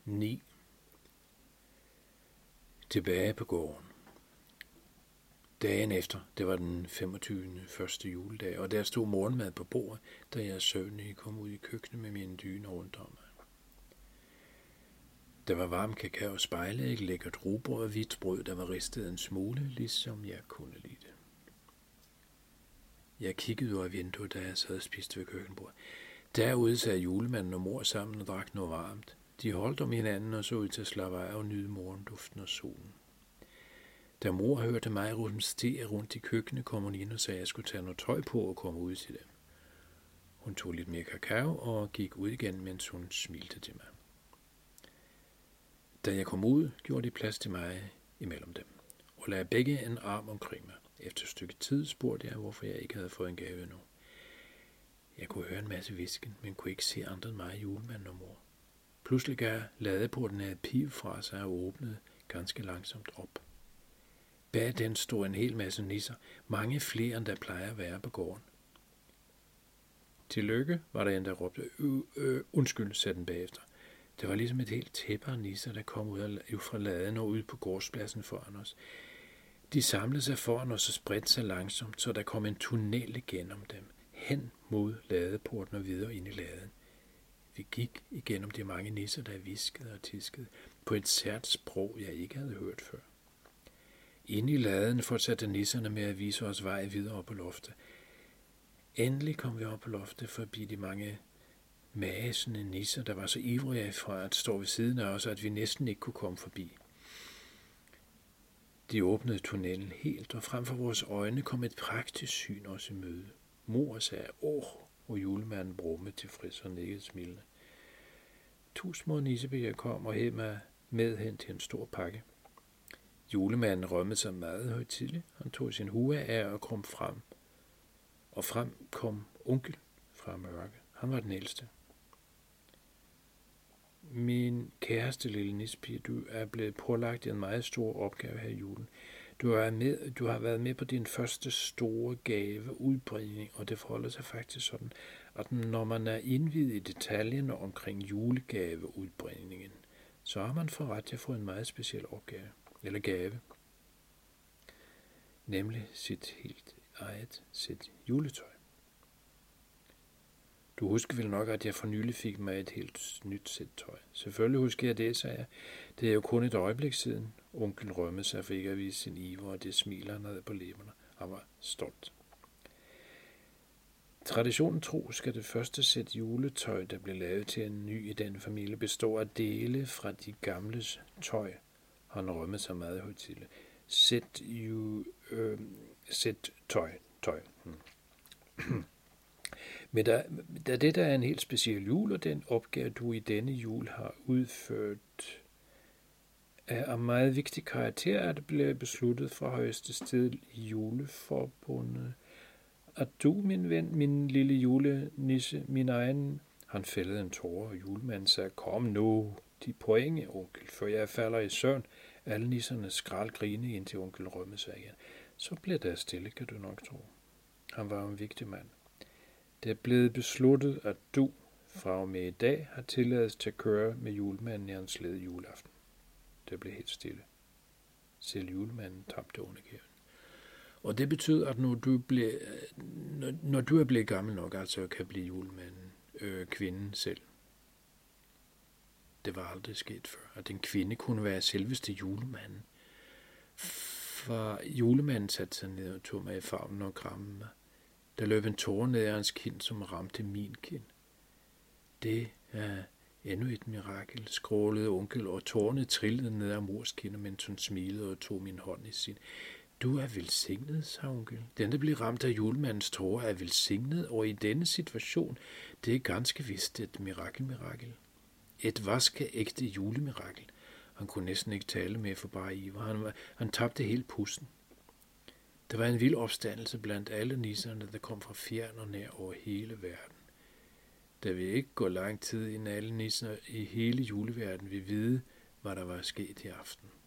9. Tilbage på gården. Dagen efter, det var den 25. første juledag, og der stod morgenmad på bordet, da jeg søvnig kom ud i køkkenet med mine dyner rundt om mig. Der var varm kakao, spejlæg, lækkert rugbrød og hvidt brød, der var ristet en smule, ligesom jeg kunne lide det. Jeg kiggede ud af vinduet, da jeg sad og spiste ved køkkenbordet. Derude sad julemanden og mor sammen og drak noget varmt. De holdt om hinanden og så ud til at slappe af og nyde morgenduften og solen. Da mor hørte mig rumstere rundt i køkkenet, kom hun ind og sagde, at jeg skulle tage noget tøj på og komme ud til dem. Hun tog lidt mere kakao og gik ud igen, mens hun smilte til mig. Da jeg kom ud, gjorde de plads til mig imellem dem, og lagde begge en arm omkring mig. Efter et stykke tid spurgte jeg, hvorfor jeg ikke havde fået en gave endnu. Jeg kunne høre en masse hvisken, men kunne ikke se andre end mig, julemanden og mor. Pludselig gav ladeporten af et pip fra sig og åbnede ganske langsomt op. Bag den stod en hel masse nisser, mange flere end der plejer at være på gården. Tillykke, var der en, der råbte, undskyld, sagde den bagefter. Det var ligesom et helt tæppe af nisser, der kom ud fra laden og ud på gårdspladsen foran os. De samlede sig foran os og spredte sig langsomt, så der kom en tunnel igennem dem, hen mod ladeporten og videre ind i laden. Vi gik igennem de mange nisser, der hviskede og tiskede på et sært sprog, jeg ikke havde hørt før. Inde i laden fortsatte nisserne med at vise os vej videre op på loftet. Endelig kom vi op på loftet forbi de mange masende nisser, der var så ivrige fra at stå ved siden af os, at vi næsten ikke kunne komme forbi. De åbnede tunnelen helt, og frem for vores øjne kom et praktisk syn os i møde. Mor sagde, og julemanden brummede tilfreds og nikkede smilende. 2 små nissepiger kom og hæv mig med hen til en stor pakke. Julemanden rømmede sig meget højtideligt. Han tog sin hue af og kom frem. Og frem kom onkel fra mørke. Han var den ældste. Min kæreste lille nispige, du er blevet pålagt en meget stor opgave her i julen. Du har været med på din første store gaveudbringning, og det forholder sig faktisk sådan, at når man er indviet i detaljerne omkring julegaveudbringningen, så har man for ret til at få en meget speciel opgave, eller gave, nemlig sit helt eget sæt juletøj. Du husker vel nok, at jeg for nylig fik mig et helt nyt sæt tøj. Selvfølgelig husker jeg det, sagde jeg. Det er jo kun et øjeblik siden. Onkel rømmede sig for ikke at vise sin iver, og det smiler han havde på læberne. Han var stolt. Traditionen tro skal det første sæt juletøj, der blev lavet til en ny i den familie, bestå af dele fra de gamles tøj. Han rømmede sig meget højtideligt. Sæt tøj. Men da det der er en helt speciel jul, og den opgave, du i denne jul har udført, er af meget vigtig karakter, at det blev besluttet fra højeste sted i juleforbundet, at du, min ven, min lille julenisse, min egen, han fældede en tåre, og julemanden sagde, kom nu, de pointe, onkel, før jeg falder i søvn. Alle nisserne skral grine, indtil onkel rømmede sig igen. Så blev der stille, kan du nok tro. Han var en vigtig mand. Det er blevet besluttet, at du fra og med i dag har tilladelse til at køre med julemanden i hans slæde juleaften. Det blev helt stille. Selv julemanden tabte undergaven. Og det betyder, at når du er blevet gammel nok, altså kan blive julemanden, kvinden selv. Det var aldrig sket før, at en kvinde kunne være selveste julemanden. For julemanden satte sig ned og tog mig i favnen og krammede mig. Der løb en tåre ned af hans kind, som ramte min kind. Det er endnu et mirakel, skrålede onkel, og tårerne trillede ned af mors kinder, mens hun smilede og tog min hånd i sin. Du er velsignet, sagde onkel. Den, der blev ramt af julemandens tårer, er velsignet, og i denne situation, det er ganske vist et mirakel. Et vaskeægte julemirakel. Han kunne næsten ikke tale mere for bare iver. Han tabte helt pusten. Der var en vild opstandelse blandt alle nisserne, der kom fra fjern og nær over hele verden. Der vil ikke gå lang tid, inden alle nisser i hele juleverdenen vil vide, hvad der var sket i aften.